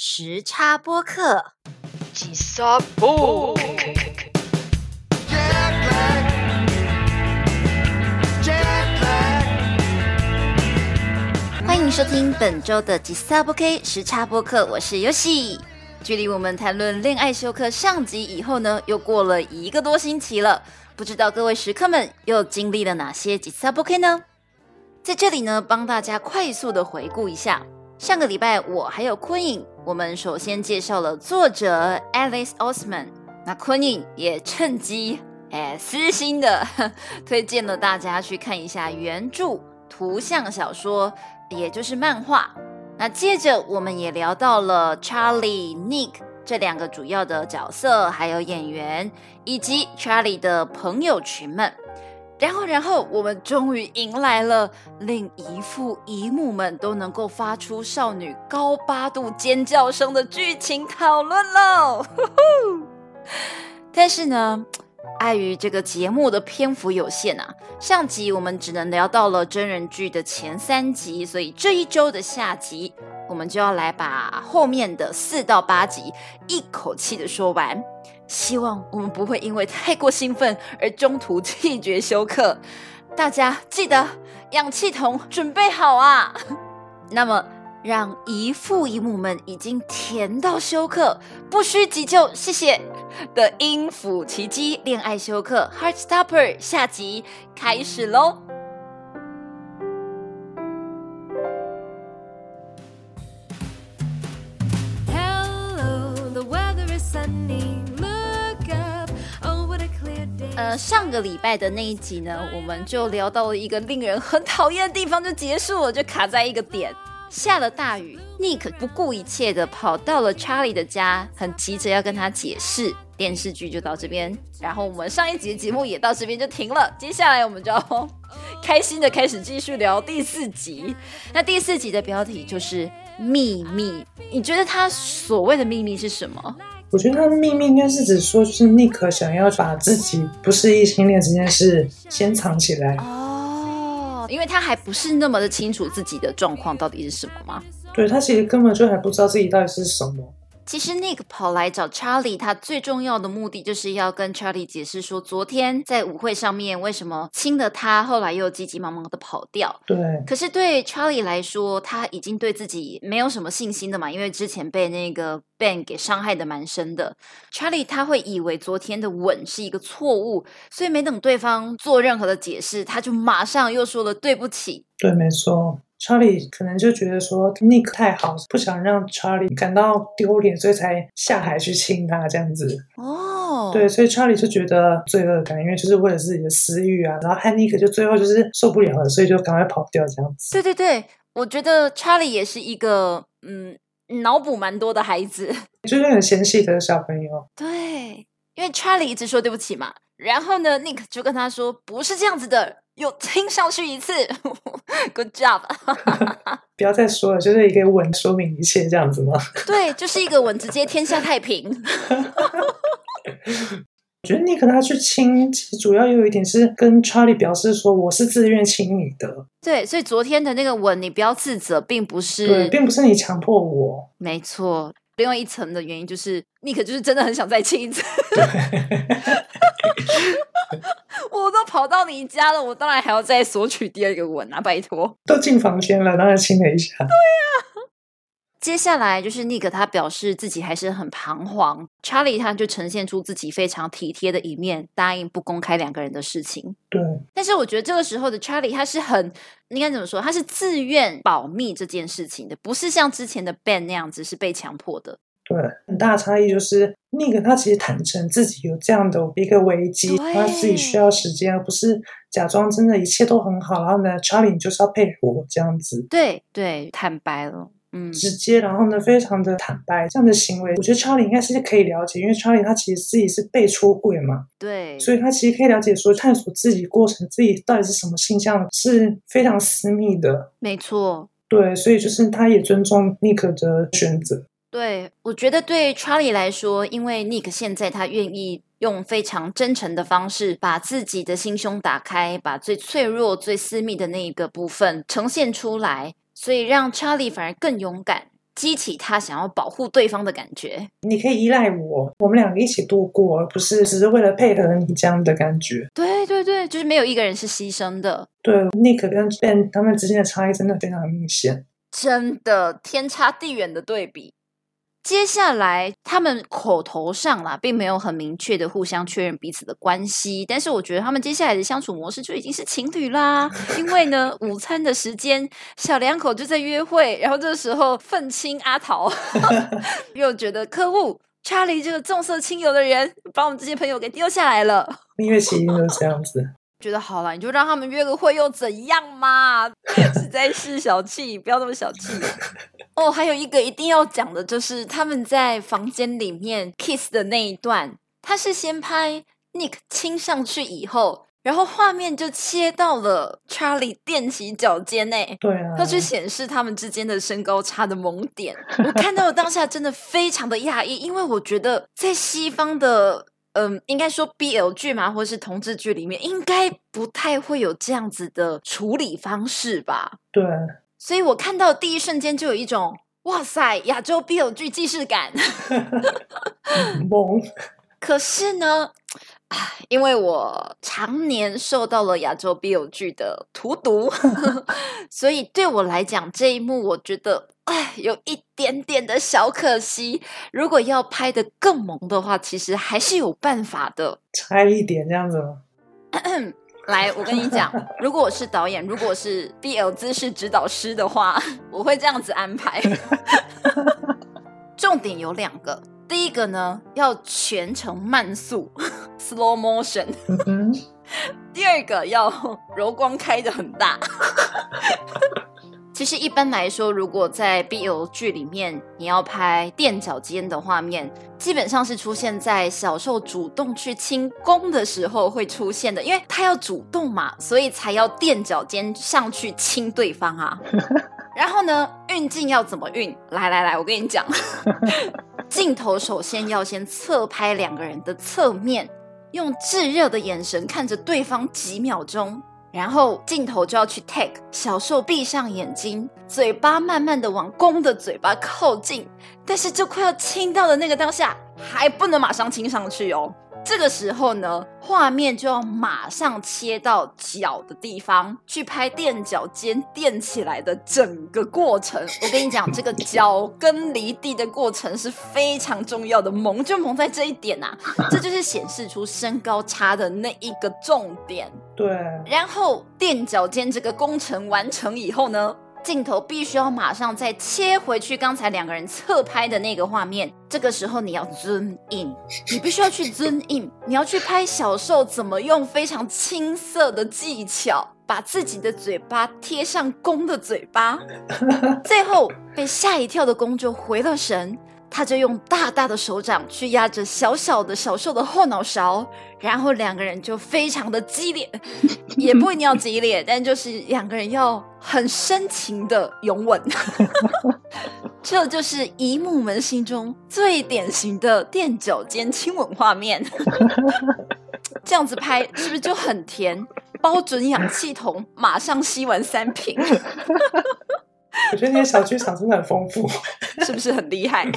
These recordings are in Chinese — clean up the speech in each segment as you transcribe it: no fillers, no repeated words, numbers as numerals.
时差播客， 吉萨播。 欢迎收听本周的吉萨播 K 时差播客，我是游戏。距离我们谈论恋爱休克上集以后呢，又过了1个多星期了，不知道各位食客们又经历了哪些吉萨播 K 呢？在这里呢，帮大家快速的回顾一下。上个礼拜我还有昆颖，我们首先介绍了作者 Alice Oseman， 那昆颖也趁机私心的推荐了大家去看一下原著图像小说，也就是漫画。那接着我们也聊到了 Charlie、Nick 这2个主要的角色，还有演员，以及 Charlie 的朋友群们。然后我们终于迎来了令姨父姨母们都能够发出少女高8度尖叫声的剧情讨论喽！但是呢，碍于这个节目的篇幅有限啊，上集我们只能聊到了真人剧的前3集，所以这一周的下集我们就要来把后面的4到8集一口气的说完。希望我们不会因为太过兴奋而中途气绝休克，大家记得氧气筒准备好啊！那么让姨父姨母们已经甜到休克，不需急救谢谢的音符奇迹恋爱休克 Heartstopper 下集开始咯。上个礼拜的那一集呢，我们就聊到了一个令人很讨厌的地方就结束了，就卡在一个点。下了大雨， Nick 不顾一切的跑到了 Charlie 的家，很急着要跟他解释。电视剧就到这边，然后我们上一集的节目也到这边就停了。接下来我们就要开心的开始继续聊第4集。那第4集的标题就是秘密，你觉得他所谓的秘密是什么？ 我觉得他的秘密应该是指说，就是Nick想要把自己不是异性恋这件事先藏起来。 因为他还不是那么的清楚自己的状况到底是什么吗？ 对，他其实根本就还不知道自己到底是什么。 其实 Nick 跑来找 Charlie， 他最重要的目的就是要跟 Charlie 解释说，昨天在舞会上面为什么亲了他，后来又急急忙忙的跑掉。 对。 可是对 Charlie 来说，他已经对自己没有什么信心的嘛，因为之前被那个 Ben 给伤害的蛮深的。Charlie 他会以为昨天的吻是一个错误，所以没等对方做任何的解释，他就马上又说了对不起。 对，没错。Charlie 可能就觉得说 Nick 太好，不想让 Charlie 感到丢脸，所以才下海去亲他这样子。对，所以 Charlie 就觉得罪恶感，因为就是为了自己的私欲啊，然后和 Nick 就最后就是受不了了，所以就赶快跑掉这样子。 对，我觉得 Charlie 也是一个脑补蛮多的孩子， 就是很纤细的小朋友。 对，因为 Charlie 一直说对不起嘛，然后呢 Nick 就跟他说不是这样子的，又听上去一次Good job 不要再说了，就是一个吻说明一切这样子吗？ 对，就是一个吻直接天下太平我觉得Nick他去亲，其实主要有一点是跟 Charlie 表示说我是自愿亲你的。 对，所以昨天的那个吻你不要自责，并不是， 对，并不是你强迫我。 没错，另外一层的原因就是Nick就是真的很想再亲一次我都跑到你家了，我当然还要再索取第2个吻啊，拜托。 都进房间了，当然亲了一下。对啊。接下来就是 Nick 他表示自己还是很彷徨， Charlie 他就呈现出自己非常体贴的一面，答应不公开2个人的事情。 对。 但是我觉得这个时候的 Charlie 他是很，应该怎么说，他是自愿保密这件事情的，不是像之前的 Ben 那样子是被强迫的。 对，很大的差异就是 Nick 他其实坦诚自己有这样的一个危机，他自己需要时间，而不是假装真的一切都很好，然后呢 Charlie 你就是要配合我这样子。 对，坦白了， 直接，然后呢非常的坦白，这样的行为我觉得 Charlie 应该是可以了解，因为 Charlie 他其实自己是被出柜嘛。对，所以他其实可以了解说探索自己过程，自己到底是什么性向是非常私密的。 没错。 对，所以就是他也尊重 Nick 的选择。 对，我觉得对 Charlie 来说，因为 Nick 现在他愿意用非常真诚的方式把自己的心胸打开，把最脆弱最私密的那一个部分呈现出来，所以让 Charlie 反而更勇敢， 激起他想要保护对方的感觉。 你可以依赖我们两个一起度过，而不是只是为了配合你这样的感觉。 对对对，就是没有一个人是牺牲的。 对， Nick 跟 Ben 他们之间的差异真的非常明显， 真的天差地远的对比。接下来他们口头上啦并没有很明确的互相确认彼此的关系，但是我觉得他们接下来的相处模式就已经是情侣啦。因为呢午餐的时间小两口就在约会，然后这时候愤青阿桃又觉得可恶，查理这个重色轻友的人把我们这些朋友给丢下来了。 蜜月期一定都是这样子。 觉得好了，你就让他们约个会又怎样嘛？实在是小气，不要那么小气。哦，还有一个一定要讲的就是他们在房间里面 kiss 的那一段，他是先拍 Nick 亲上去以后，然后画面就切到了 Charlie 踮起脚尖欸， 对啊， 要去显示他们之间的身高差的萌点。我看到的当下真的非常的讶异，因为我觉得在西方的应该说 BL 剧嘛，或是同志剧里面应该不太会有这样子的处理方式吧。 对， 所以我看到第一瞬间就有一种哇塞亚洲 BL 剧既视感萌。 可是呢因为我常年受到了亚洲 BL 剧的荼毒所以对我来讲这一幕我觉得有一点点的小可惜，如果要拍得更萌的话其实还是有办法的， 差一点这样子吗？ 来我跟你讲如果我是导演，如果我是 BL 姿势指导师的话我会这样子安排重点有2个，第一个呢要全程慢速slow motion 第二个要柔光开得很大其实一般来说如果在 BL 剧里面你要拍垫脚尖的画面，基本上是出现在小受主动去亲攻的时候会出现的，因为他要主动嘛，所以才要垫脚尖上去亲对方啊然后呢运镜要怎么运，来我跟你讲镜头首先要先侧拍2个人的侧面，用炙热的眼神看着对方几秒钟，然后镜头就要去 take 小受闭上眼睛，嘴巴慢慢的往攻的嘴巴靠近，但是就快要亲到的那个当下还不能马上亲上去哦，这个时候呢画面就要马上切到脚的地方去拍垫脚尖垫起来的整个过程。我跟你讲这个脚跟离地的过程是非常重要的，萌就萌在这一点啊，这就是显示出身高差的那一个重点。 对， 然后垫脚尖这个工程完成以后呢，镜头必须要马上再切回去刚才2个人侧拍的那个画面，这个时候你要 zoom in， 你必须要去 zoom in， 你要去拍小受怎么用非常青涩的技巧把自己的嘴巴贴上公的嘴巴最后被吓一跳的公就回了神，他就用大大的手掌去压着小小的小受的后脑勺，然后2个人就非常的激烈也不一定要激烈，但就是2个人要很深情的拥吻这就是姨母们心中最典型的垫脚尖亲吻画面这样子拍是不是就很甜，包准氧气筒马上吸完3瓶我觉得你的小剧场真的很丰富是不是很厉害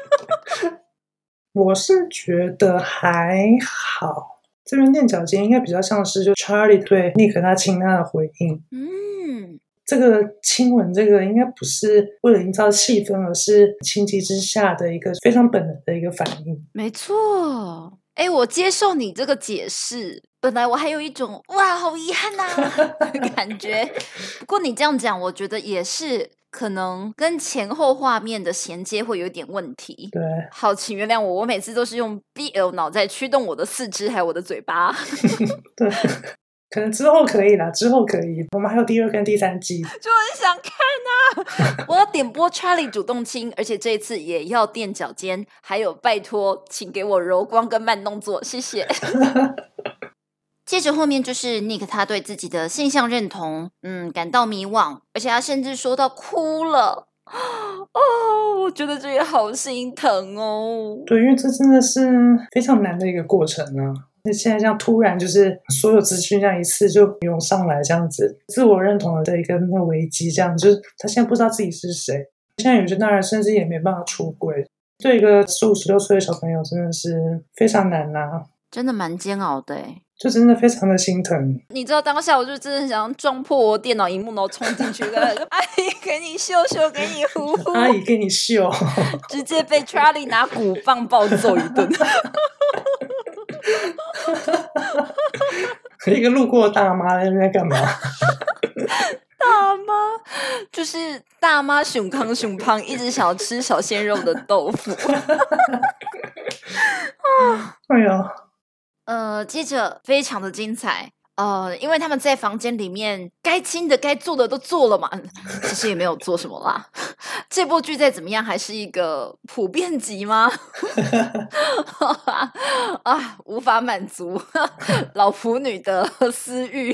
我是觉得还好，这边垫脚尖应该比较像是就 Charlie 对 Nick 他亲他的回应。这个亲吻这个应该不是为了营造气氛，而是情急之下的一个非常本能的一个反应。 没错，我接受你这个解释，本来我还有一种哇好遗憾的感觉不过你这样讲我觉得也是可能跟前后画面的衔接会有一点问题。 对， 好请原谅我每次都是用 BL 脑在驱动我的四肢还有我的嘴巴对，可能之后可以啦，之后可以，我们还有第2跟第3季， 就很想看啊我要点播 Charlie 主动亲，而且这一次也要垫脚尖，还有拜托请给我柔光跟慢动作，谢谢接着后面就是 Nick 他对自己的性向认同感到迷惘，而且他甚至说到哭了我觉得这也好心疼哦。 对，因为这真的是非常难的一个过程啊。那现在这样突然就是所有资讯这样一次就涌上来，这样子自我认同的一个危机，这样就是他现在不知道自己是谁。 现在有些大人甚至也没办法出柜，对一个15、16岁的小朋友真的是非常难啊， 真的蛮煎熬的耶， 就真的非常的心疼。 你知道当下我就真的想撞破我电脑荧幕，然后冲进去跟他说阿姨给你秀秀，给你呼呼， 阿姨给你秀， 直接被 Charlie 拿鼓棒暴揍一顿。 一个路过的大妈在那边干嘛？ 大妈就是大妈熊康熊胖，一直想要吃小鲜肉的豆腐。 哎呦， 接着非常的精彩。因为他们在房间里面该亲的该做的都做了嘛，其实也没有做什么啦。这部剧再怎么样还是一个普遍级吗？啊，无法满足老腐女的私欲。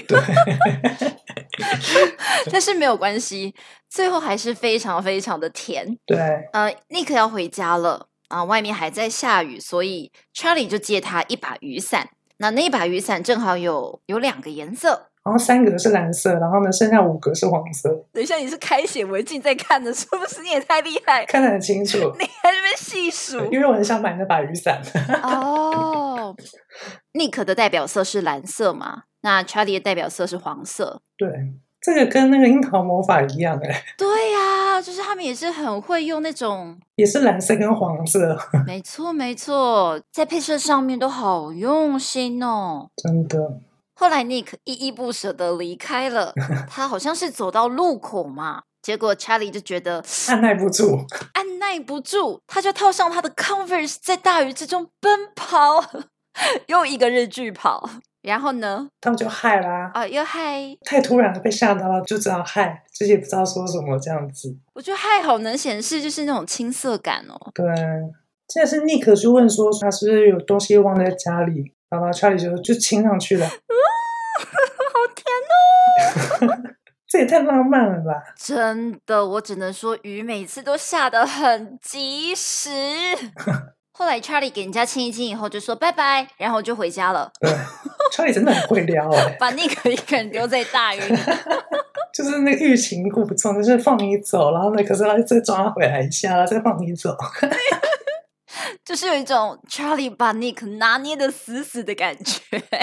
但是没有关系，最后还是非常非常的甜。 对 ，Nick 要回家了啊，外面还在下雨，所以 Charlie 就借他一把雨伞。那把雨伞正好有2个颜色， 然后3格是蓝色，然后呢剩下5格是黄色。 等一下，你是开显微镜在看的，是不是？你也太厉害， 看得很清楚。 你还在那边细数， 因为我很想买那把雨伞。 哦，Nick 的代表色是蓝色嘛？那 Charlie 的代表色是黄色。 对，这个跟那个樱桃魔法一样哎。 对呀，就是他们也是很会用那种， 也是蓝色跟黄色。 没错没错，在配色上面都好用心哦， 真的。 后来 Nick 依依不舍的离开了，他好像是走到路口嘛，结果 Charlie 就觉得按耐不住， 他就套上他的 Converse 在大雨之中奔跑，又一个日剧跑。然后呢他们就嗨啦， 又嗨， 太突然了，被吓到了，就只好嗨，自己也不知道说什么这样子。 我觉得嗨好能显示就是那种青涩感哦。 对，现在是Nick去问说他是不是有东西忘在家里，然后Charlie就亲上去了。 好甜哦。 这也太浪漫了吧。 真的，我只能说雨每次都下得很及时。后来 Charlie 给人家亲一亲以后就说拜拜，然后就回家了。 对，Charlie 真的很会撩把Nick一个人丢在大雨里。 就是那个欲擒故纵，就是放你走，然后呢，可是他再抓回来一下，然后再放你走。 就是有一种 Charlie 把 Nick 拿捏的死死的感觉。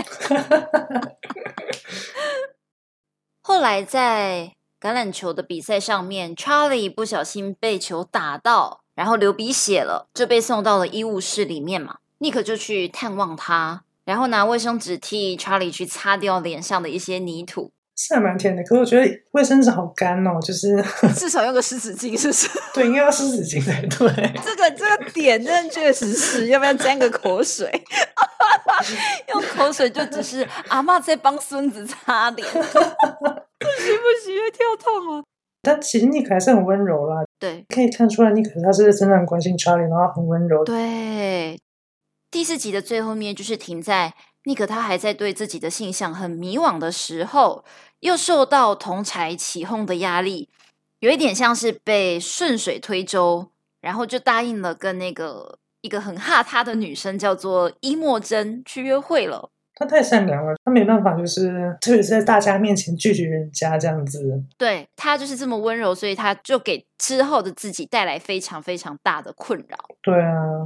后来在橄榄球的比赛上面 Charlie 不小心被球打到，然后流鼻血了，就被送到了医务室里面嘛。Nick 就去探望他，然后拿卫生纸替 Charlie 去擦掉脸上的一些泥土。 是还蛮甜的，可是我觉得卫生纸好干哦，就是至少用个湿纸巾，是不是？ 对，应该要湿纸巾才对。 这个点真的确实是，要不要沾个口水？用口水就只是阿嬷在帮孙子擦脸。不行，会跳痛啊！ 但其实Nick还是很温柔啦， 对， 可以看出来Nick他是真的很关心 Charlie， 然后很温柔。 对，第4集的最后面就是停在Nick他还在对自己的性向很迷惘的时候，又受到同侪起哄的压力，有一点像是被顺水推舟，然后就答应了跟那个一个很哈他的女生叫做伊莫珍去约会了。 他太善良了，他没办法，就是特别是在大家面前拒绝人家这样子。 对，他就是这么温柔，所以他就给之后的自己带来非常非常大的困扰。 对啊。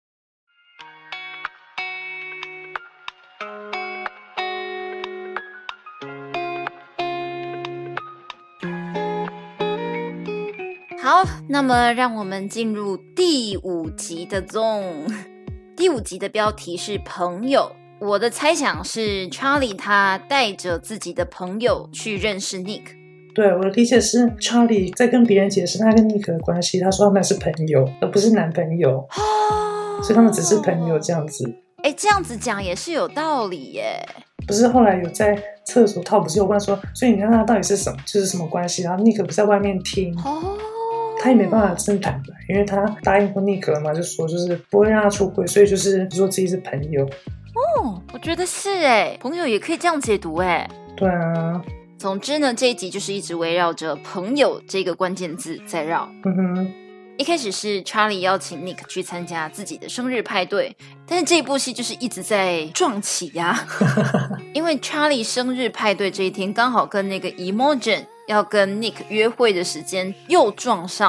好，那么让我们进入第5集的 Zone。 第5集的标题是朋友，我的猜想是 Charlie 他带着自己的朋友去认识 Nick。 对，我的理解是 Charlie 在跟别人解释他跟 Nick 的关系，他说他们是朋友而不是男朋友，所以他们只是朋友这样子。 这样子讲也是有道理耶。 不是后来有在厕所他不是有问说，所以你跟他到底是什么，就是什么关系，然后 Nick 不是在外面听，他也没办法真坦白，因为他答应过Nick了嘛，就说就是不会让他出轨，所以就是说自己是朋友。 我觉得是朋友也可以这样解读对啊。 总之呢，这一集就是一直围绕着朋友这个关键字在绕。一开始是 Charlie 邀请 Nick 去参加自己的生日派对，但是这一部戏就是一直在撞期呀。因为 Charlie 生日派对这一天刚好跟那个 Imogen 要跟 Nick 约会的时间又撞上，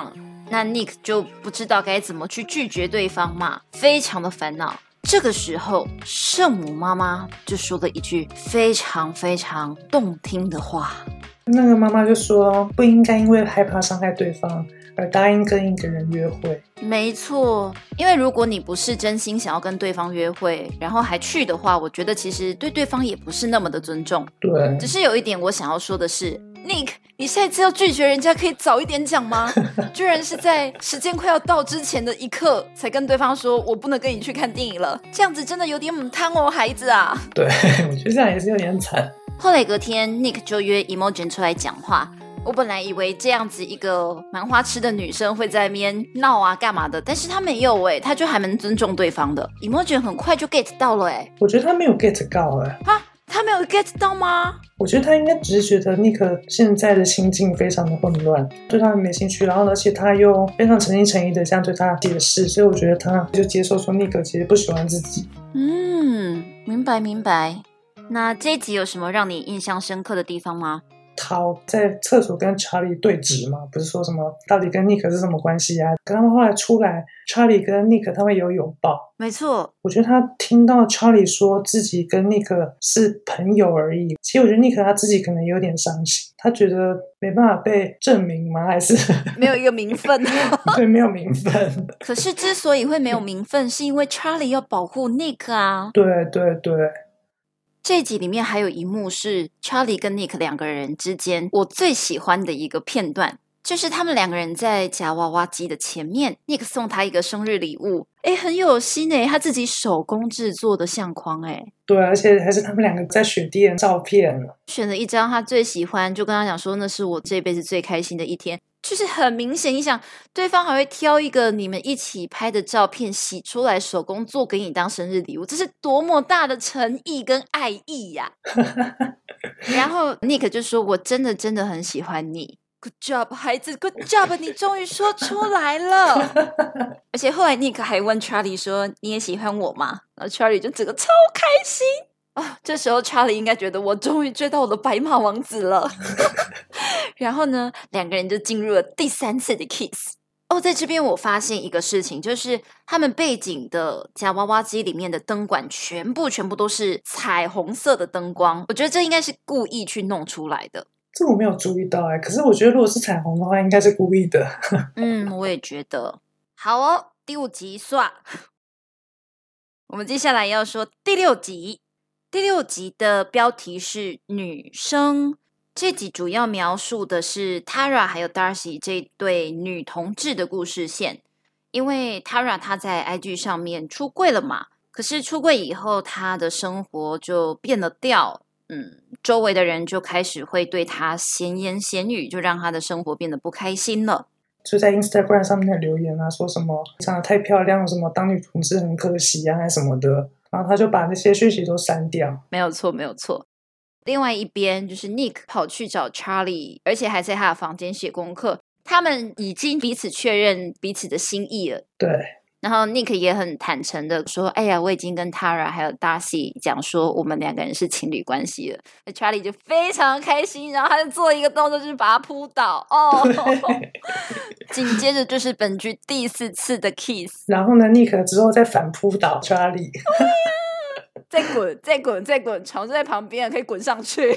那 Nick 就不知道该怎么去拒绝对方嘛，非常的烦恼。这个时候，圣母妈妈就说了一句非常非常动听的话。 那个妈妈就说，不应该因为害怕伤害对方而答应跟一个人约会。 没错，因为如果你不是真心想要跟对方约会，然后还去的话，我觉得其实对对方也不是那么的尊重。 对， 只是有一点我想要说的是， Nick， 你下一次要拒绝人家可以早一点讲吗？居然是在时间快要到之前的一刻才跟对方说我不能跟你去看电影了，这样子真的有点母汤哦，孩子啊。 对，我觉得这样也是有点惨。 后来隔天 Nick 就约 Imogen 出来讲话，我本来以为这样子一个蛮花痴的女生会在那边闹啊干嘛的，但是她没有欸，她就还蛮尊重对方的。Imogen 很快就 get 到了欸。 我觉得她没有 get 到欸。 啊，她没有 get 到吗？ 我觉得他应该只是觉得 Nick 现在的心境非常的混乱，对他没兴趣，然后而且他又非常诚心诚意的这样对他解释，所以我觉得他就接受说 Nick 其实不喜欢自己。 明白明白。那这一集有什么让你印象深刻的地方吗？ 陶在厕所跟查理对峙嘛，不是说什么到底跟 Nick 是什么关系啊？可他们后来出来，查理跟 Nick 他们有拥抱。 没错， 我觉得他听到查理说自己跟 Nick 是朋友而已，其实我觉得 Nick 他自己可能有点伤心，他觉得没办法被证明吗？还是没有一个名分？ 对，没有名分。 可是之所以会没有名分，是因为查理要保护 Nick 啊。 对对对。 这一集里面还有一幕是 Charlie 跟 Nick 两个人之间我最喜欢的一个片段，就是他们两个人在夹娃娃机的前面， Nick 送他一个生日礼物，很有心他自己手工制作的相框对，而且还是他们两个在雪地的照片， 选了一张他最喜欢，就跟他讲说那是我这辈子最开心的一天，就是很明显，你想对方还会挑一个你们一起拍的照片洗出来手工做给你当生日礼物，这是多么大的诚意跟爱意呀！然后 Nick 就说我真的真的很喜欢你， Good job 孩子 Good job 你终于说出来了。而且后来 Nick 还问 Charlie 说你也喜欢我吗？然后 Charlie 就整个超开心这时候 Charlie 应该觉得我终于追到我的白马王子了。然后呢，两个人就进入了第3次的 kiss。在这边我发现一个事情，就是他们背景的夹娃娃机里面的灯管全部都是彩虹色的灯光，我觉得这应该是故意去弄出来的。 这我没有注意到可是我觉得如果是彩虹的话应该是故意的。 我也觉得。好第5集刷。我们接下来要说第6集。第6集的标题是女生，这集主要描述的是 Tara 还有 Darcy 这对女同志的故事线。因为 Tara 她在 IG 上面出柜了嘛，可是出柜以后她的生活就变了调，周围的人就开始会对她闲言闲语，就让她的生活变得不开心了。 就在 Instagram 上面的留言说什么长得太漂亮，什么当女同志很可惜还是什么的，然后他就把那些讯息都删掉。 没有错没有错。另外一边就是 Nick 跑去找 Charlie， 而且还在他的房间写功课，他们已经彼此确认彼此的心意了。 对， 然后 Nick 也很坦诚的说我已经跟 Tara 还有 Darcy 讲说我们两个人是情侣关系了。Charlie 就非常开心，然后他就做一个动作，就是把他扑倒紧接着就是本剧第4次的 kiss。 然后呢 Nick 之后再反扑倒 Charlie。 再滚再滚再滚，床就在旁边可以滚上去。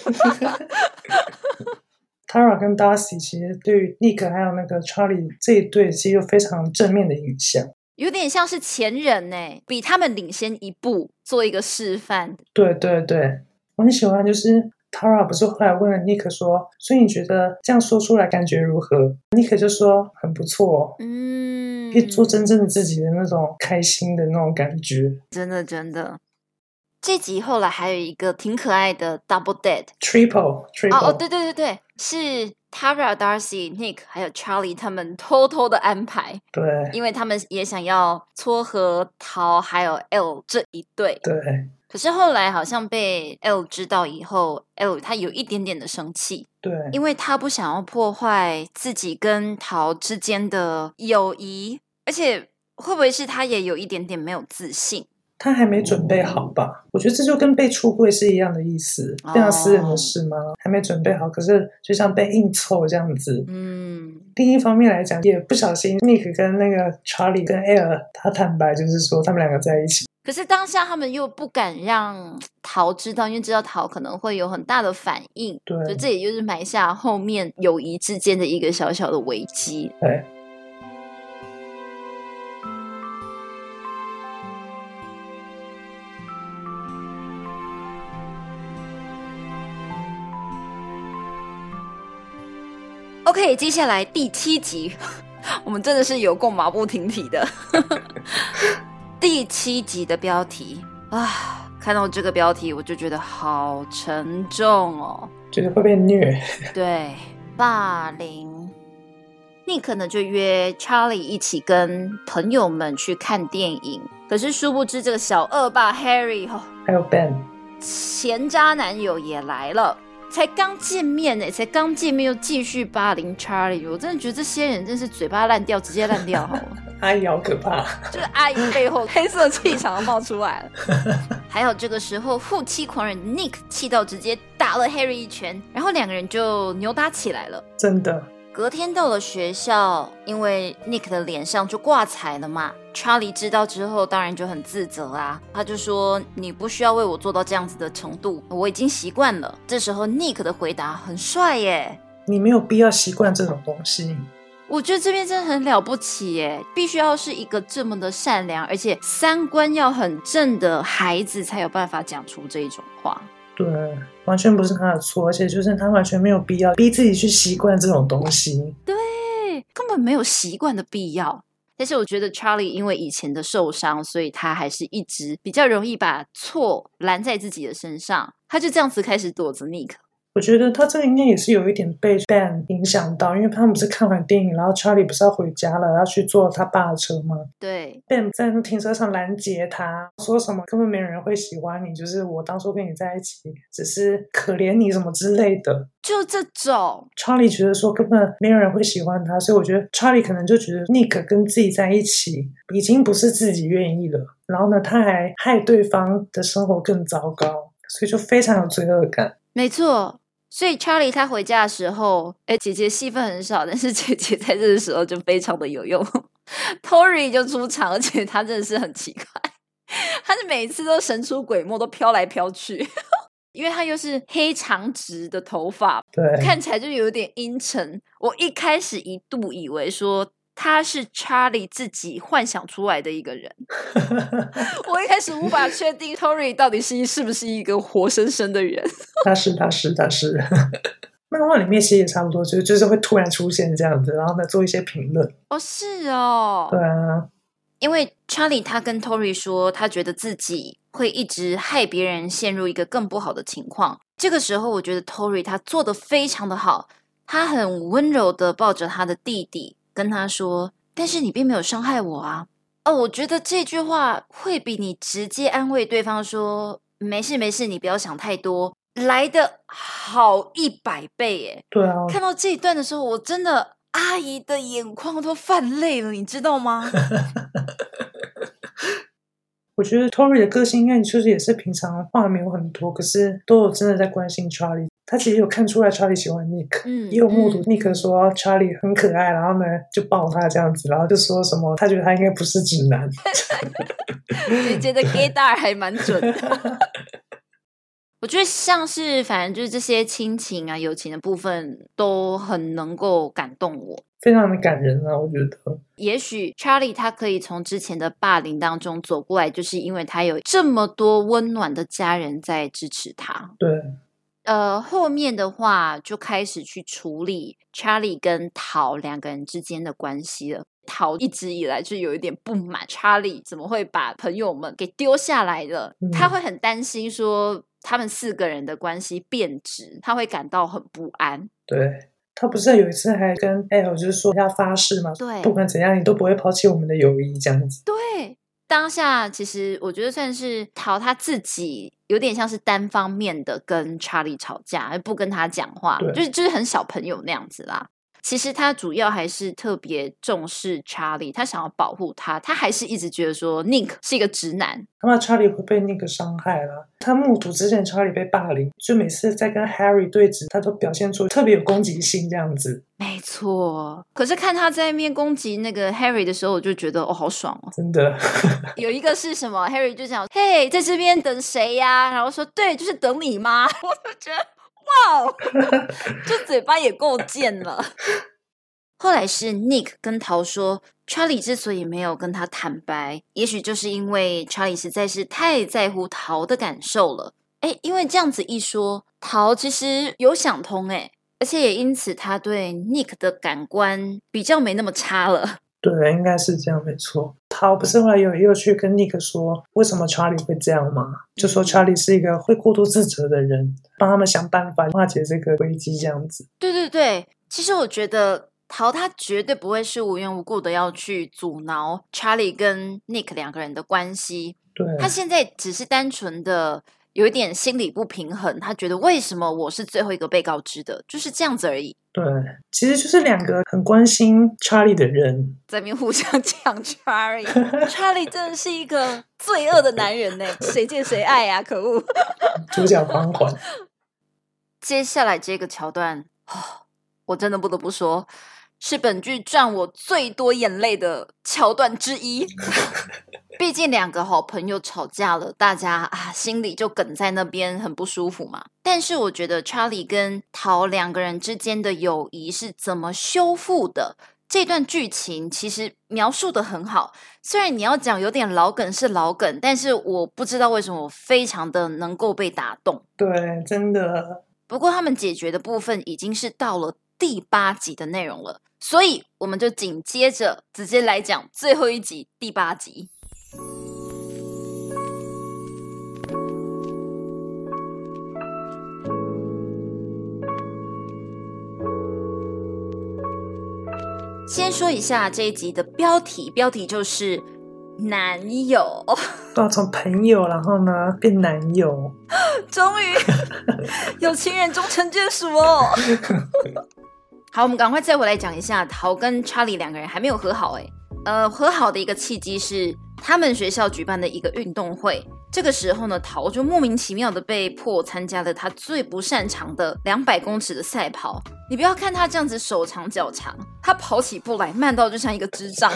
Tara 跟 Darcy 其实对于 Nick 还有那个 Charlie 这一对其实有非常正面的影响， 有点像是前人比他们领先一步，做一个示范。 对对对，我很喜欢就是 Tara 不是后来问了 Nick 说，所以你觉得这样说出来感觉如何？ Nick 就说很不错，可以做真正的自己的那种开心的那种感觉。 真的真的。这集后来还有一个挺可爱的 double date triple 对对对对，是 Tara、Darcy、Nick 还有 Charlie 他们偷偷的安排。 对， 因为他们也想要撮合陶还有 L 这一对。 对， 可是后来好像被 L 知道以后， L 他有一点点的生气。 对， 因为他不想要破坏自己跟陶之间的友谊，而且会不会是他也有一点点没有自信？ 他还没准备好吧？我觉得这就跟被出柜是一样的意思，非常私人的事吗？还没准备好，可是就像被硬凑这样子。另一方面来讲，也不小心 Nick 跟那个 Charlie 跟 Air 他坦白，就是说他们两个在一起。 可是当下他们又不敢让陶知道，因为知道陶可能会有很大的反应。 对， 所以这也就是埋下后面友谊之间的一个小小的危机。 对。 OK， 接下来第7集，我们真的是有够马不停蹄的。第7集的标题啊，看到这个标题我就觉得好沉重哦， 觉得会被虐。 对，霸凌。Nick 呢就约 Charlie 一起跟朋友们去看电影，可是殊不知这个小恶霸 Harry 还有 Ben 前渣男友也来了。才刚见面才刚见面又继续霸凌 Charlie， 我真的觉得这些人真是嘴巴烂掉，直接烂掉好了。 阿姨好可怕， 就是阿姨背后黑色气场冒出来了。还有这个时候护妻狂人 Nick 气到直接打了 Harry 一拳，然后两个人就扭打起来了。 真的。 隔天到了学校，因为 Nick 的脸上就挂彩了嘛， Charlie 知道之后当然就很自责啊，他就说你不需要为我做到这样子的程度，我已经习惯了。这时候 Nick 的回答很帅耶， 你没有必要习惯这种东西。 我觉得这边真的很了不起耶，必须要是一个这么的善良而且三观要很正的孩子才有办法讲出这种话。 对，完全不是他的错，而且就是他完全没有必要逼自己去习惯这种东西。 对，根本没有习惯的必要。但是我觉得 Charlie 因为以前的受伤，所以他还是一直比较容易把错揽在自己的身上，他就这样子开始躲着 Nick。 我觉得他这个应该也是有一点被 Ben 影响到，因为他们不是看完电影，然后 Charlie 不是要回家了，要去坐他爸的车吗？ 对， Ben 在那停车场拦截他，说什么根本没人会喜欢你，就是我当初跟你在一起只是可怜你什么之类的， 就这种。 Charlie 觉得说根本没有人会喜欢他，所以我觉得 Charlie 可能就觉得 Nick 跟自己在一起已经不是自己愿意了，然后呢他还害对方的生活更糟糕，所以就非常有罪恶感。 没错，所以 Charlie 他回家的时候，姐姐戏份很少，但是姐姐在这个时候就非常的有用。Tori 就出场，而且他真的是很奇怪，他是每次都神出鬼没，都飘来飘去。因为他又是黑长直的头发， 对， 看起来就有点阴沉。我一开始一度以为说他是 Charlie 自己幻想出来的一个人。我一开始无法确定 Tori 到底是不是一个活生生的人。 他是漫画里面其实也差不多，就是会突然出现这样子，然后呢做一些评论。 哦，是哦。 对啊， 因为 Charlie 他跟 Tori 说他觉得自己会一直害别人陷入一个更不好的情况。这个时候我觉得 Tori 他做得非常的好，他很温柔的抱着他的弟弟跟他说，但是你并没有伤害我啊。我觉得这句话会比你直接安慰对方说没事没事你不要想太多来的好100倍耶。 对啊， 看到这一段的时候，我真的阿姨的眼眶都泛泪了，你知道吗？ 我觉得 Tori 的个性应该就是也是平常话没有很多，可是都有真的在关心 Charlie。他其实有看出来 Charlie 喜欢 Nick，也有目睹 Nick 说 Charlie 很可爱，然后呢就抱他这样子，然后就说什么他觉得他应该不是直男。 姐姐的 gaydar 还蛮准的。我觉得像是反正就是这些亲情啊友情的部分都很能够感动我， 非常的感人啊。我觉得也许 Charlie 他可以从之前的霸凌当中走过来，就是因为他有这么多温暖的家人在支持他。 对， 后面的话就开始去处理 Charlie 跟陶两个人之间的关系了。陶一直以来就有一点不满 Charlie 怎么会把朋友们给丢下来了，他会很担心说他们4个人的关系变质，他会感到很不安。 对，他不是有一次还跟 L 就是说要发誓嘛， 对， 不管怎样你都不会抛弃我们的友谊这样子。 对，当下其实我觉得算是陶他自己有点像是单方面的跟 Charlie 吵架，不跟他讲话，就是很小朋友那样子啦。 其实他主要还是特别重视查理，他想要保护他，他还是一直觉得说 Nick 是一个直男， 他怕查理会被Nick伤害了。他目睹之前查理被霸凌，就每次在跟 Harry 对峙，他都表现出特别有攻击性这样子。 没错，可是看他在面攻击那个 Harry 的时候，我就觉得好爽哦， 真的。 有一个是什么 Harry 就讲嘿，在这边等谁呀？然后说对，就是等你妈。我就觉得哇，这嘴巴也够贱了。后来是 Nick 跟桃说，查理之所以没有跟他坦白，也许就是因为查理实在是太在乎桃的感受了。因为这样子一说，桃其实有想通而且也因此他对 Nick 的感官比较没那么差了。 对，应该是这样，没错。桃不是后来又去跟 Nick 说为什么查理会这样吗？就说查理是一个会过度自责的人，帮他们想办法化解这个危机这样子。 对对对，其实我觉得桃他绝对不会是无缘无故的要去阻挠查理跟 Nick 两个人的关系。 对， 他现在只是单纯的有一点心理不平衡，他觉得为什么我是最后一个被告知的，就是这样子而已。 对，其实就是两个很关心查理的人在那边互相讲查理。查理真的是一个罪恶的男人呢，谁见谁爱啊，可恶。 主角光环。 接下来这个桥段我真的不得不说是本剧赚我最多眼泪的桥段之一。毕竟两个好朋友吵架了，大家心里就梗在那边很不舒服嘛。但是我觉得查理跟桃两个人之间的友谊是怎么修复的，这段剧情其实描述的很好。虽然你要讲有点老梗是老梗，但是我不知道为什么我非常的能够被打动。 对，真的。 不过他们解决的部分已经是到了第8集的内容了，所以我们就紧接着直接来讲最后一集第8集。先说一下这一集的标题就是男友。 从朋友然后呢变男友， 终于有情人终成眷属哦。好，我们赶快再回来讲一下桃跟查理两个人还没有和好和好的一个契机是他们学校举办的一个运动会。这个时候呢，桃就莫名其妙的被迫参加了他最不擅长的200公尺的赛跑。你不要看他这样子手长脚长，他跑起步来慢到就像一个智障。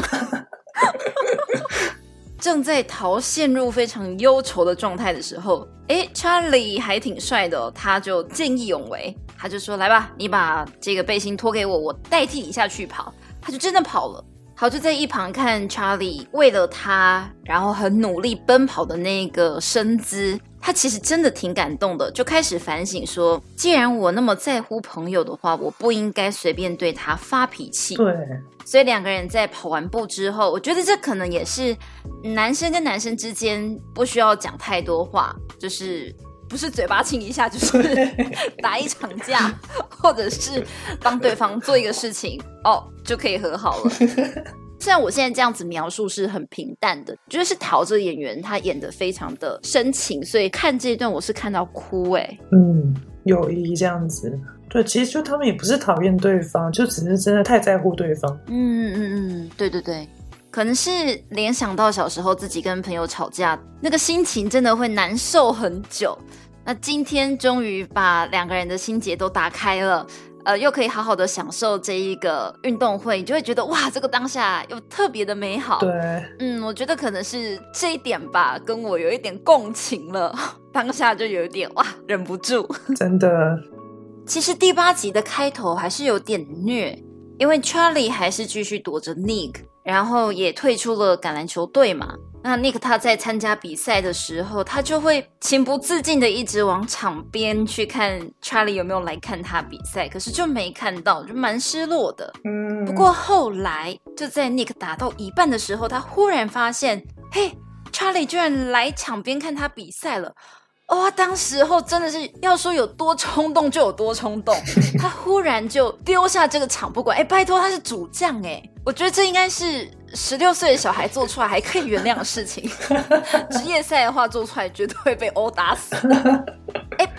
正在桃陷入非常忧愁的状态的时候，查理还挺帅的他就见义勇为，他就说来吧，你把这个背心脱给我，我代替你下去跑。他就真的跑了。好，就在一旁看查理为了他然后很努力奔跑的那个身姿，他其实真的挺感动的，就开始反省说，既然我那么在乎朋友的话，我不应该随便对他发脾气。 对， 所以两个人在跑完步之后，我觉得这可能也是男生跟男生之间不需要讲太多话，就是不是嘴巴亲一下，就是打一场架，或者是帮对方做一个事情就可以和好了。虽然我现在这样子描述是很平淡的，觉得是陶这个演员他演得非常的深情，所以看这一段我是看到哭友谊这样子。对，其实就他们也不是讨厌对方，就只是真的太在乎对方。 对对对，可能是联想到小时候自己跟朋友吵架，那个心情真的会难受很久。那今天终于把两个人的心结都打开了，又可以好好的享受这一个运动会，你就会觉得哇，这个当下又特别的美好。 对， 我觉得可能是这一点吧，跟我有一点共情了，当下就有一点哇，忍不住。 真的。 其实第8集的开头还是有点虐，因为 Charlie 还是继续躲着 Nick， 然后也退出了橄榄球队嘛。那 Nick 他在参加比赛的时候，他就会情不自禁的一直往场边去看 Charlie 有没有来看他比赛，可是就没看到，就蛮失落的。不过后来就在 Nick 打到一半的时候，他忽然发现，嘿， Charlie 居然来场边看他比赛了。当时候真的是要说有多冲动就有多冲动，他忽然就丢下这个场不管，拜托他是主将我觉得这应该是16岁的小孩做出来还可以原谅的事情，职业赛的话做出来绝对会被殴打死。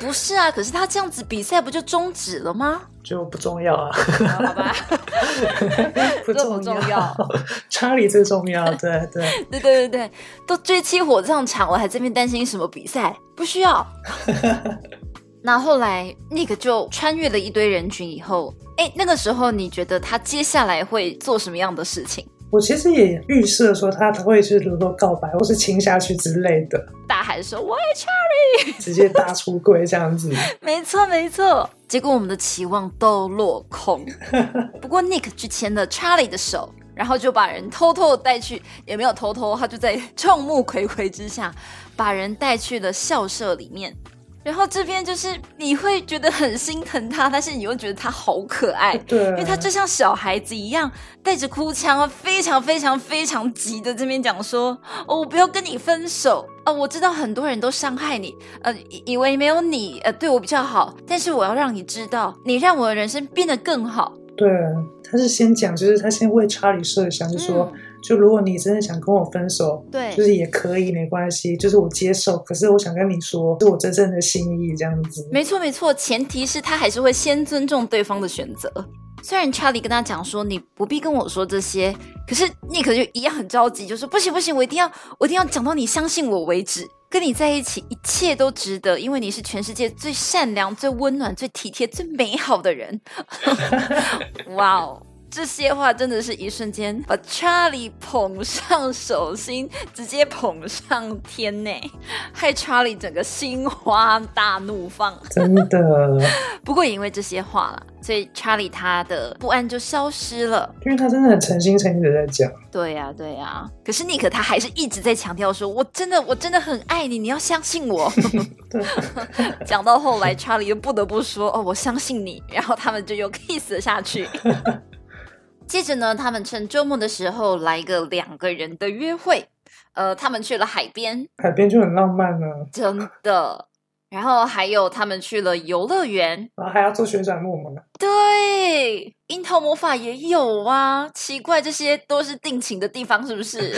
不是啊，可是他这样子比赛不就终止了吗？ 就不重要啊。 好吧， 不重要，查理最重要。对， 都追妻火葬场了，还这边担心什么比赛？不需要。那后来 Nick 就穿越了一堆人群以后，那个时候你觉得他接下来会做什么样的事情？ 我其实也预设说他会是比如说告白或是亲下去之类的， 大喊说我爱 Charlie， 直接大出柜这样子。 没错，结果我们的期望都落空。不过 Nick 去牵了 Charlie 的手，然后就把人偷偷的带去，也没有偷偷，他就在众目睽睽之下把人带去了校舍里面。然后这边就是你会觉得很心疼他，但是你又觉得他好可爱， 对， 因为他就像小孩子一样带着哭腔，非常非常非常急的这边讲说，我不要跟你分手，我知道很多人都伤害你，以为没有你对我比较好，但是我要让你知道，你让我的人生变得更好。 对，他是先讲，就是他先为查理设想，就说就如果你真的想跟我分手， 对， 就是也可以，没关系，就是我接受，可是我想跟你说是我真正的心意这样子。 没错，前提是他还是会先尊重对方的选择。虽然查理跟他讲说你不必跟我说这些，可是Nick就一样很着急，就说不行，我一定要讲到你相信我为止，跟你在一起一切都值得，因为你是全世界最善良、最温暖、最体贴、最美好的人。哇哦，这些话真的是一瞬间把查理捧上手心，直接捧上天呢，害查理整个心花大怒放。 真的。 不过也因为这些话啦，所以查理他的不安就消失了， 因为他真的很诚心诚意的在讲。 对呀，可是Nick他还是一直在强调说，我真的很爱你，你要相信我。 对， 讲到后来查理又不得不说，我相信你，然后他们就又 kiss 了下去。接着呢，他们趁周末的时候来一个2个人的约会，他们去了海边就很浪漫了， 真的。然后还有他们去了游乐园， 然后还要做旋转木马。 对，樱桃魔法也有啊，奇怪，这些都是定情的地方是不是？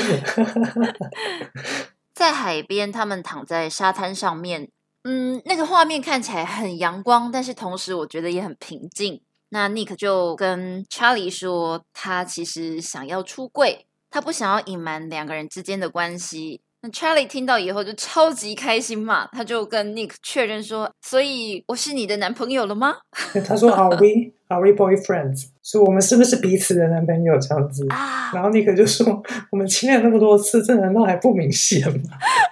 在海边，他们躺在沙滩上面，那个画面看起来很阳光，但是同时我觉得也很平静。那 Nick 就跟查理说，他其实想要出柜，他不想要隐瞒2个人之间的关系。那 Charlie 听到以后就超级开心嘛，他就跟 Nick 确认说，所以我是你的男朋友了吗？ 他说 Are we boyfriends？ 所以我们是不是彼此的男朋友这样子啊？然后 Nick 就说，我们亲了那么多次，这难道还不明显吗？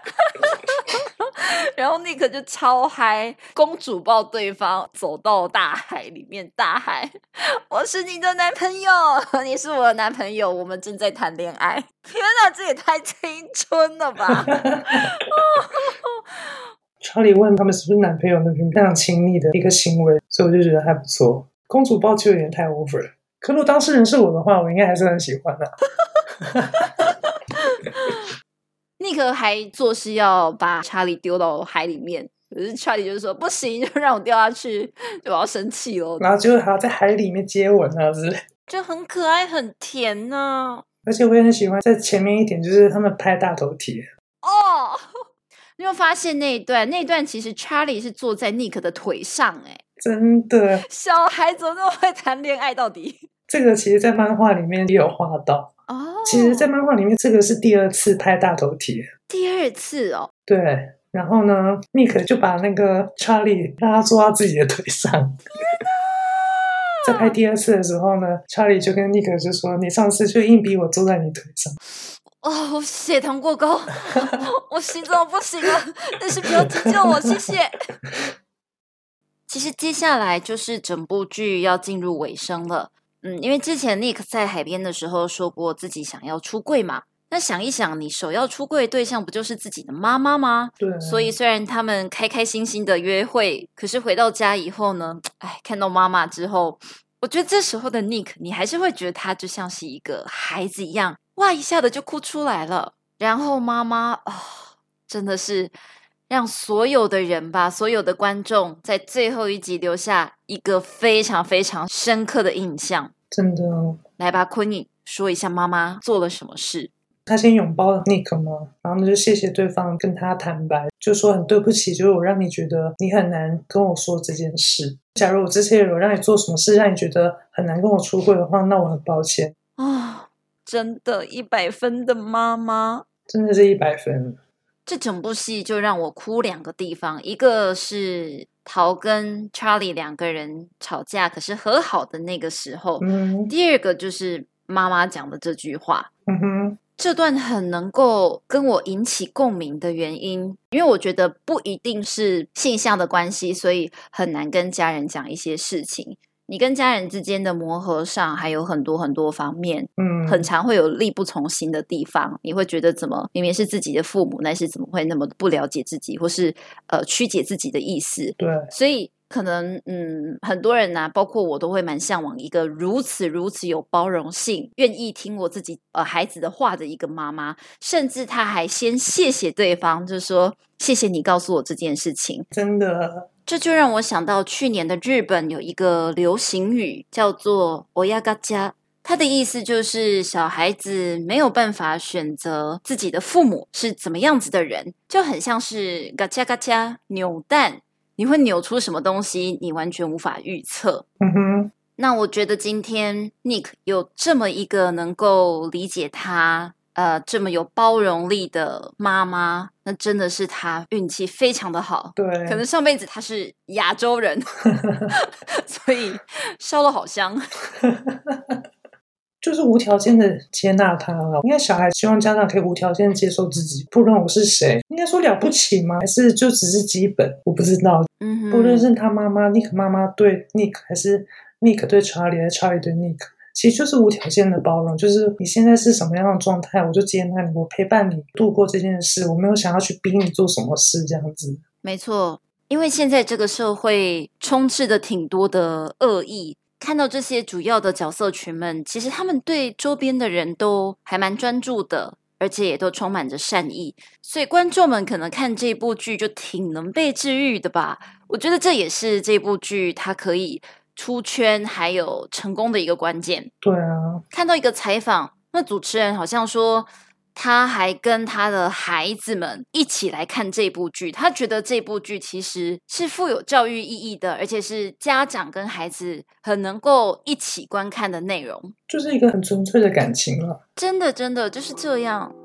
然后Nick就超嗨，公主抱对方，走到大海里面大喊，我是你的男朋友，你是我的男朋友，我们正在谈恋爱。天哪，这也太青春了吧。 查理问他们是不是男朋友，那非常亲密的一个行为，所以我就觉得还不错。公主抱就有点太 over 了，可如果当事人是我的话，我应该还是很喜欢的。 Nick 还做事要把查理丢到海里面，可是查理就说不行，就让我掉下去，就我要生气了。 然后就还要在海里面接吻啊之类， 就很可爱很甜啊。 而且我也很喜欢在前面一点，就是他们拍大头贴哦。你有发现那一段其实查理是坐在 Nick 的腿上， 真的， 小孩怎么那么会谈恋爱到底？ 这个其实在漫画里面也有画到哦。其实在漫画里面这个是第2次拍大头贴。 第2次哦？ 对，然后呢 Nick 就把那个查理让他坐到自己的腿上。在拍第2次的时候呢，查理就跟 Nick 就说，你上次就硬逼我坐在你腿上。 我血糖过高，我心脏不行了，但是不要急救我，谢谢。其实接下来就是整部剧要进入尾声了，因为之前 Nick 在海边的时候说过自己想要出柜嘛，那想一想，你首要出柜的对象不就是自己的妈妈吗？ 对。 所以虽然他们开开心心的约会，可是回到家以后呢，看到妈妈之后，我觉得这时候的 Nick 你还是会觉得他就像是一个孩子一样，哇一下的就哭出来了。然后妈妈真的是让所有的人吧，所有的观众在最后一集留下一个非常非常深刻的印象。 真的。 来吧，昆颖说一下妈妈做了什么事。 他先拥抱 Nick 嘛，然后就谢谢对方跟他坦白，就说很对不起，就是我让你觉得你很难跟我说这件事，假如我之前有让你做什么事让你觉得很难跟我出柜的话，那我很抱歉真的100分的妈妈， 真的是100分。 这整部戏就让我哭2个地方，一个是陶跟 Charlie 2个人吵架可是和好的那个时候，第二个就是妈妈讲的这句话。这段很能够跟我引起共鸣的原因，因为我觉得不一定是性向的关系，所以很难跟家人讲一些事情。你跟家人之间的磨合上还有很多很多方面，很常会有力不从心的地方，你会觉得怎么明明是自己的父母，但是怎么会那么不了解自己，或是曲解自己的意思。 对， 所以可能很多人啊，包括我都会蛮向往一个如此有包容性，愿意听我自己孩子的话的一个妈妈，甚至她还先谢谢对方，就说谢谢你告诉我这件事情。 真的， 这就让我想到去年的日本有一个流行语叫做“親ガチャ”，它的意思就是小孩子没有办法选择自己的父母是怎么样子的人，就很像是ガチャガチャ扭蛋，你会扭出什么东西，你完全无法预测。那我觉得今天 Nick 有这么一个能够理解他这么有包容力的妈妈，那真的是他运气非常的好。 对， 可能上辈子他是亚洲人所以烧得好香就是无条件的接纳他了。应该小孩希望家长可以无条件接受自己，不论我是谁，应该说了不起吗？还是就只是基本？我不知道。不论是他妈妈 Nick 妈妈对 Nick， 还是 Nick 对 Charlie， 还是 Charlie 对 Nick， 其实就是无条件的包容，就是你现在是什么样的状态，我就接纳你，我陪伴你度过这件事，我没有想要去逼你做什么事这样子。 没错，因为现在这个社会充斥着挺多的恶意，看到这些主要的角色群们，其实他们对周边的人都还蛮专注的，而且也都充满着善意，所以观众们可能看这部剧就挺能被治愈的吧。我觉得这也是这部剧它可以出圈还有成功的一个关键。 对啊， 看到一个采访，那主持人好像说他还跟他的孩子们一起来看这部剧，他觉得这部剧其实是富有教育意义的，而且是家长跟孩子很能够一起观看的内容， 就是一个很纯粹的感情了。 真的就是这样。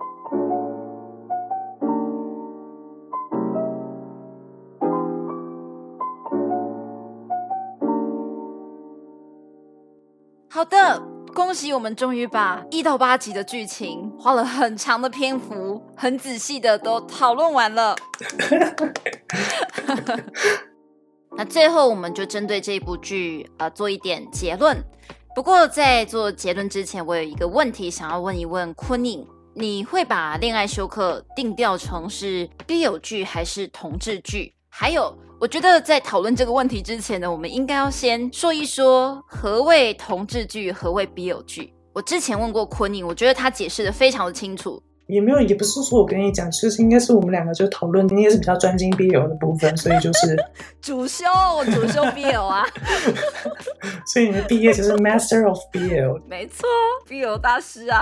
好的，恭喜我们终于把1到8集的剧情花了很长的篇幅很仔细的都讨论完了那最后我们就针对这部剧做一点结论。不过在做结论之前，我有一个问题想要问一问昆宁，你会把恋爱修课定调成是 BL 剧还是同志剧？还有我觉得在讨论这个问题之前呢，我们应该要先说一说何谓同志剧，何谓 BL 剧。我之前问过昆宁，我觉得他解释的非常的清楚。 也没有，也不是说我跟你讲，其实应该是我们两个就讨论，你也是比较专精 BL 的部分，所以就是主修 BL 啊所以你的毕业就是 Master of BL。 没错， BL 大师啊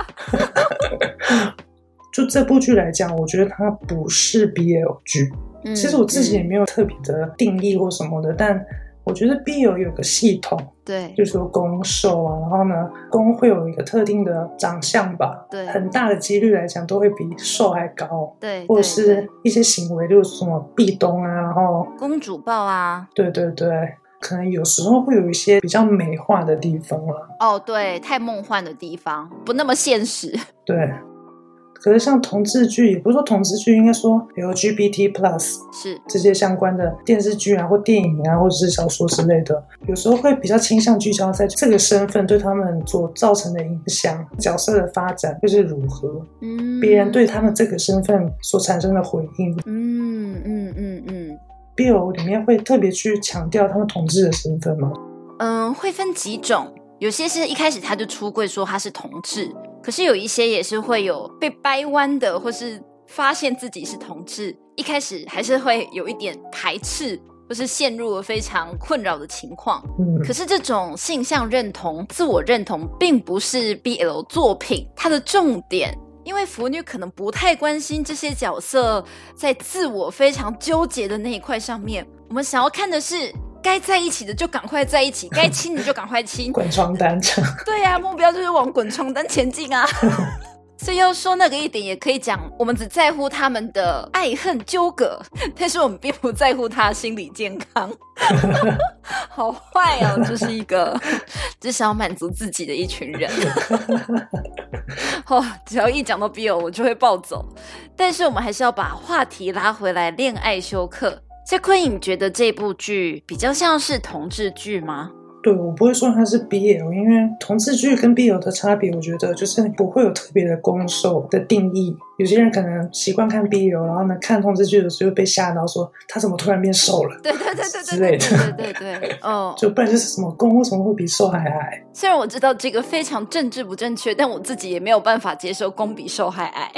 就这部剧来讲，我觉得它不是 BL 剧。其实我自己也没有特别的定义或什么的，但我觉得 BL 有个系统， 对， 就是说攻受啊，然后呢攻会有一个特定的长相吧， 对， 很大的几率来讲都会比受还高， 对， 或者是一些行为，例如什么壁咚啊，然后公主抱啊， 对对对，可能有时候会有一些比较美化的地方啦。 哦，对，太梦幻的地方，不那么现实。 对。可是像同志剧，也不是说同志剧，应该说 LGBT+ 是这些相关的电视剧啊或电影啊或者是小说之类的，有时候会比较倾向聚焦在这个身份对他们所造成的影响，角色的发展会是如何，别人对他们这个身份所产生的回应。BL 里面会特别去强调他们同志的身份吗？ 会分几种，有些是一开始他就出柜说他是同志，可是有一些也是会有被掰弯的，或是发现自己是同志，一开始还是会有一点排斥，或是陷入了非常困扰的情况。可是这种性向认同、自我认同并不是 BL 作品它的重点， 因为腐女可能不太关心这些角色在自我非常纠结的那一块上面，我们想要看的是该在一起的就赶快在一起，该亲的就赶快亲， 滚床单对啊，目标就是往滚床单前进啊所以要说那个一点也可以讲，我们只在乎他们的爱恨纠葛，但是我们并不在乎他的心理健康好坏哦，就是一个只想要满足自己的一群人只要一讲到 BL 我就会暴走。但是我们还是要把话题拉回来，恋爱修课。所以昆颖觉得这部剧比较像是同志剧吗？ 对，我不会说它是 BL， 因为同志剧跟 BL 的差别，我觉得就是不会有特别的攻受的定义。有些人可能习惯看 BL， 然后呢看同志剧的时候被吓到说他怎么突然变瘦了， 对对对对之类的， 对就不然就是什么攻为什么会比受还矮。 虽然我知道这个非常政治不正确，但我自己也没有办法接受攻比受还矮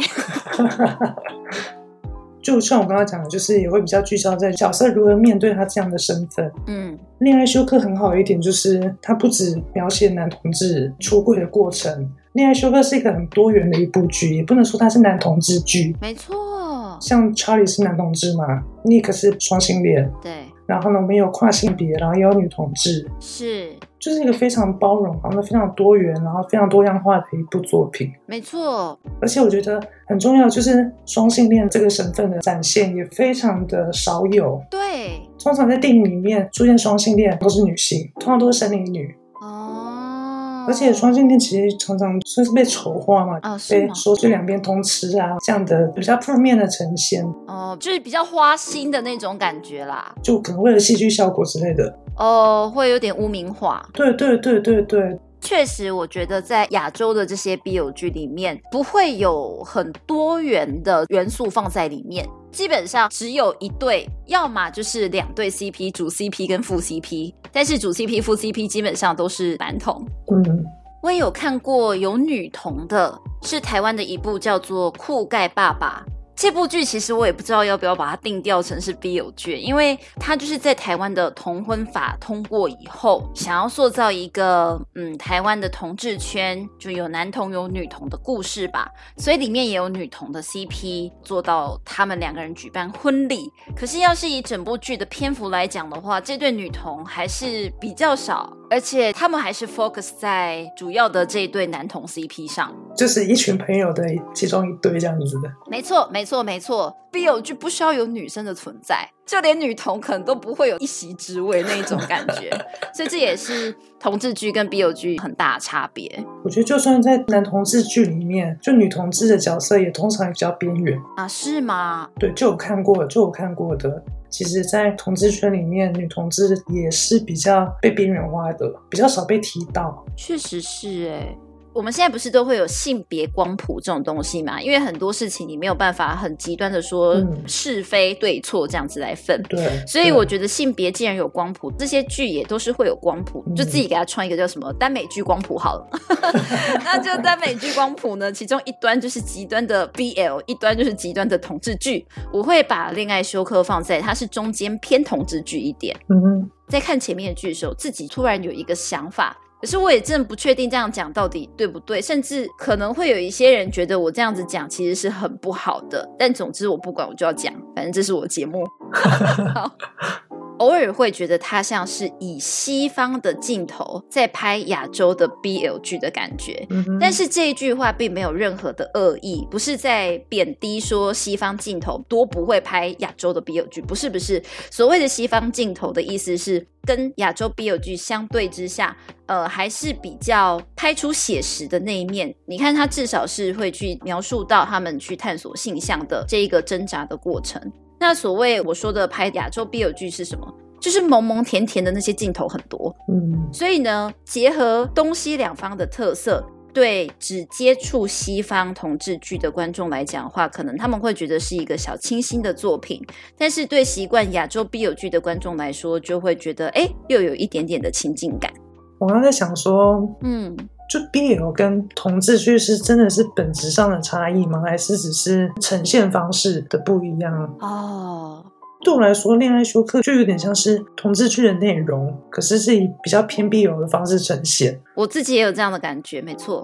就像我刚刚讲的，就是也会比较聚焦在角色如何面对他这样的身份。恋爱修课很好的一点就是它不只描写男同志出柜的过程，恋爱修课是一个很多元的一部剧，也不能说它是男同志剧。 没错， 像 Charlie 是男同志嘛， Nick 是双性恋， 对， 然后呢我们有跨性别，然后也有女同志， 是就是一个非常包容，然后非常多元，然后非常多样化的一部作品。 没错， 而且我觉得很重要就是双性恋这个身份的展现也非常的少有。 对， 通常在电影里面出现双性恋都是女性，通常都是生理女。而且双性恋其实常常算是被丑化嘛，被说就两边通吃啊，这样的比较负面的呈现。 就是比较花心的那种感觉啦， 就可能为了戏剧效果之类的。 会有点污名化。 对对对对对。 确实我觉得在亚洲的这些 BL 剧里面不会有很多元的元素放在里面，基本上只有一对，要么就是两对 CP， 主 CP 跟副 CP， 但是主 CP 副 CP 基本上都是男同。我也有看过有女同的，是台湾的一部叫做酷盖爸爸。这部剧其实我也不知道要不要把它定调成是 BL 剧，因为它就是在台湾的同婚法通过以后，想要塑造一个台湾的同志圈，就有男同有女同的故事吧，所以里面也有女同的 CP， 做到他们两个人举办婚礼。可是要是以整部剧的篇幅来讲的话，这对女同还是比较少，而且他们还是 focus 在主要的这一对男同 CP 上， 就是一群朋友的其中一对这样子的。 没错没错没错， BL 剧不需要有女生的存在，就连女同可能都不会有一席之位那种感觉所以这也是同志剧跟 BL 剧很大的差别。 我觉得就算在男同志剧里面，就女同志的角色也通常比较边缘啊。是吗？对， 就有看过的，其实在同志圈里面，女同志也是比较被边缘化的，比较少被提到。 确实是耶。我们现在不是都会有性别光谱这种东西嘛？因为很多事情你没有办法很极端的说是非对错这样子来分， 对， 所以我觉得性别既然有光谱，这些剧也都是会有光谱，就自己给它创一个叫什么耽美剧光谱好了那就耽美剧光谱呢，其中一端就是极端的 BL， 一端就是极端的同志剧。我会把恋爱修课放在它是中间偏同志剧一点。在看前面的剧的时候，自己突然有一个想法，可是我也真的不确定这样讲到底对不对，甚至可能会有一些人觉得我这样子讲其实是很不好的，但总之我不管，我就要讲，反正这是我的节目好，偶尔会觉得它像是以西方的镜头在拍亚洲的 BL 剧的感觉，但是这一句话并没有任何的恶意，不是在贬低说西方镜头多不会拍亚洲的 BL 剧，不是，所谓的西方镜头的意思是跟亚洲 BL 剧相对之下还是比较拍出写实的那一面。你看他至少是会去描述到他们去探索性向的这一个挣扎的过程。那所谓我说的拍亚洲 BL 剧是什么？就是萌萌甜甜的那些镜头很多。所以呢，结合东西两方的特色，对只接触西方同志剧的观众来讲的话，可能他们会觉得是一个小清新的作品，但是对习惯亚洲 BL 剧的观众来说，就会觉得又有一点点的亲近感。 我刚才想说就 BL 跟同志剧是真的是本质上的差异吗？还是只是呈现方式的不一样？对我来说，恋爱修课就有点像是同志剧的内容，可是是以比较偏 BL 的方式呈现。 我自己也有这样的感觉，没错。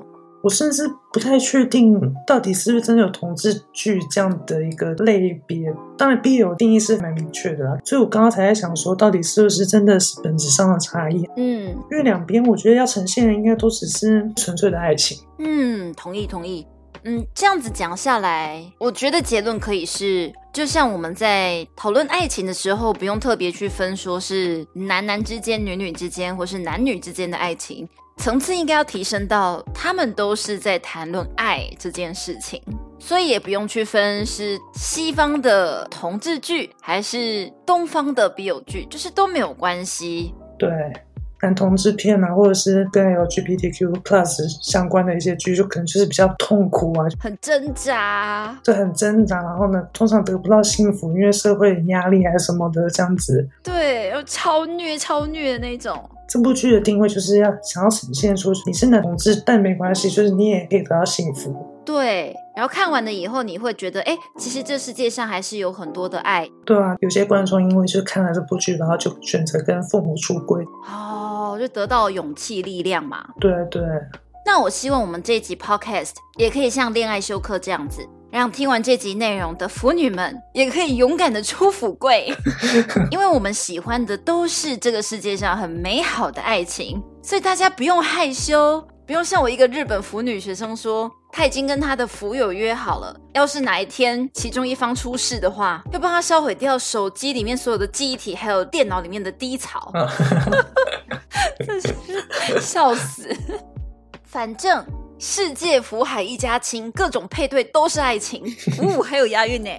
我甚至不太确定到底是不是真的有同志剧这样的一个类别，当然 BL 定义是蛮明确的啦，所以我刚刚才在想说到底是不是真的是本质上的差异。因为两边我觉得要呈现的应该都只是纯粹的爱情。 同意。这样子讲下来，我觉得结论可以是，就像我们在讨论爱情的时候，不用特别去分说是男男之间、女女之间，或是男女之间的爱情，层次应该要提升到他们都是在谈论爱这件事情，所以也不用去分是西方的同志剧还是东方的 BL 剧，就是都没有关系。 对，男同志片啊，或者是跟 LGBTQ+ 相关的一些剧，就可能就是比较痛苦啊， 很挣扎， 对，很挣扎，然后呢通常得不到幸福，因为社会压力还是什么的这样子。 对，超虐的那种。 这部剧的定位就是想要呈现出你是男同志，但没关系，就是你也可以得到幸福。 对，然后看完了以后你会觉得其实这世界上还是有很多的爱。 对啊，有些观众因为就看了这部剧，然后就选择跟父母出柜， 就得到勇气力量嘛。 对。 那我希望我们这一集 podcast 也可以像恋爱修课这样子，让听完这集内容的腐女们也可以勇敢的出腐柜因为我们喜欢的都是这个世界上很美好的爱情，所以大家不用害羞，不用像我一个日本腐女学生说，他已经跟他的腐友约好了，要是哪一天其中一方出事的话，要帮他销毁掉手机里面所有的记忆体，还有电脑里面的低潮真是笑死反正世界福海一家亲，各种配对都是爱情还有押韵呢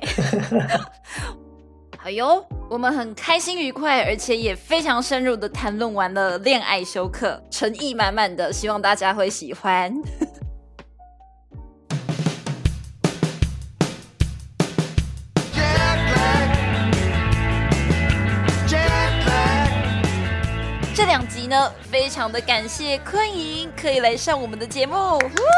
好哟，我们很开心愉快，而且也非常深入的谈论完了恋爱修课，诚意满满的，希望大家会喜欢这2集呢，非常的感谢昆莹可以来上我们的节目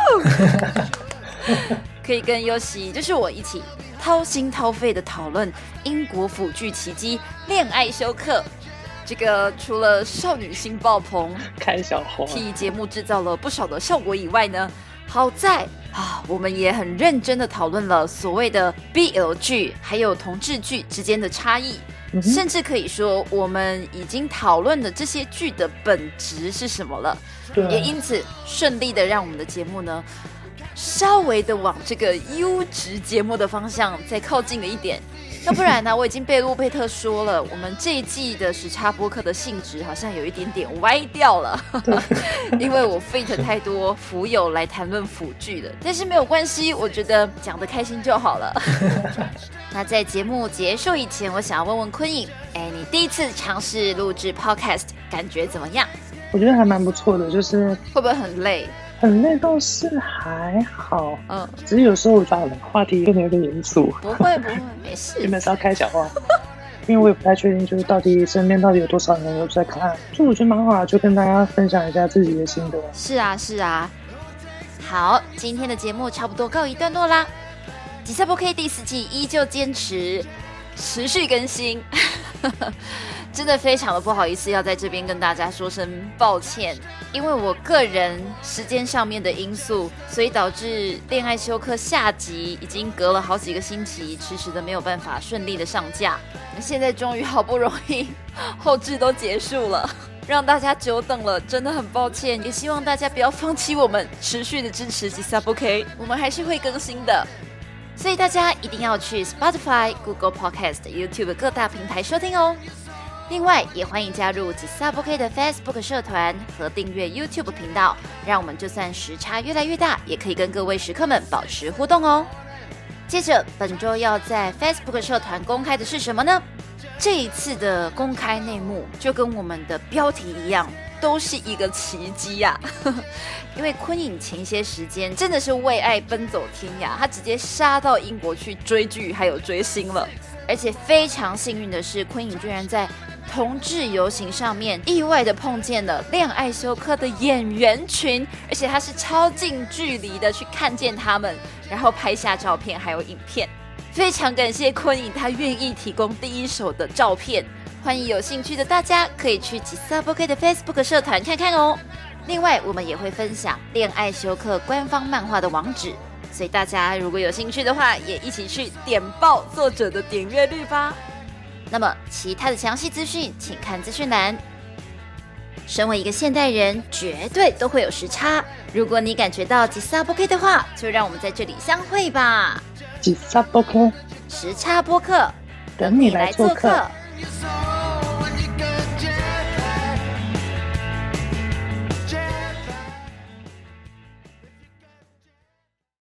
可以跟优喜就是我一起掏心掏肺的讨论英国腐剧奇迹恋爱修课。这个除了少女心爆棚开小花替节目制造了不少的效果以外呢，好在我们也很认真的讨论了所谓的 BL 剧还有同志剧之间的差异，甚至可以说我们已经讨论的这些剧的本质是什么了，也因此顺利的让我们的节目呢稍微的往这个优质节目的方向再靠近了一点。要不然呢，我已经被路贝特说了，我们这一季的时差播客的性质好像有一点点歪掉了因为我 fit 太多腐友来谈论腐剧了，但是没有关系，我觉得讲得开心就好了那在节目结束以前，我想要问问昆颖，你第一次尝试录制 podcast 感觉怎么样？ 我觉得还蛮不错的，就是会不会很累？ 很累倒是还好，只是有时候我觉得话题变得有点严肃。 不会，没事。 原本是要开小话，因为我也不太确定，就是到底身边到底有多少人有在看，就我觉得蛮好的，就跟大家分享一下自己的心得。 是啊。好，今天的节目差不多告一段落啦。吉赛波 K 第4季依旧坚持持续更新真的非常的不好意思要在这边跟大家说声抱歉，因为我个人时间上面的因素，所以导致恋爱修课下集已经隔了好几个星期，迟迟的没有办法顺利的上架。现在终于好不容易后制都结束了，让大家久等了，真的很抱歉，也希望大家不要放弃我们，持续的支持吉赛波 K， 我们还是会更新的。所以大家一定要去 Spotify、Google Podcast、YouTube 各大平台收听哦。另外，也欢迎加入吉萨波 K 的 Facebook 社团和订阅 YouTube 频道，让我们就算时差越来越大，也可以跟各位食客们保持互动哦。接着，本周要在 Facebook 社团公开的是什么呢？这一次的公开内幕就跟我们的标题一样，都是一个奇迹呀！因为昆颖前些时间真的是为爱奔走天涯，他直接杀到英国去追剧还有追星了。而且非常幸运的是，昆颖居然在同志游行上面意外的碰见了恋爱修课的演员群，而且他是超近距离的去看见他们，然后拍下照片还有影片。非常感谢昆颖，他愿意提供第一手的照片。欢迎有兴趣的大家可以去吉萨波 K 的 Facebook 社团看看哦。 另外我们也会分享恋爱修课官方漫画的网址，所以大家如果有兴趣的话，也一起去点爆作者的点阅率吧。那么其他的详细资讯请看资讯栏。身为一个现代人，绝对都会有时差，如果你感觉到时差不 K 的话，就让我们在这里相会吧。 时差不 K， 时差播客， 等你来做客。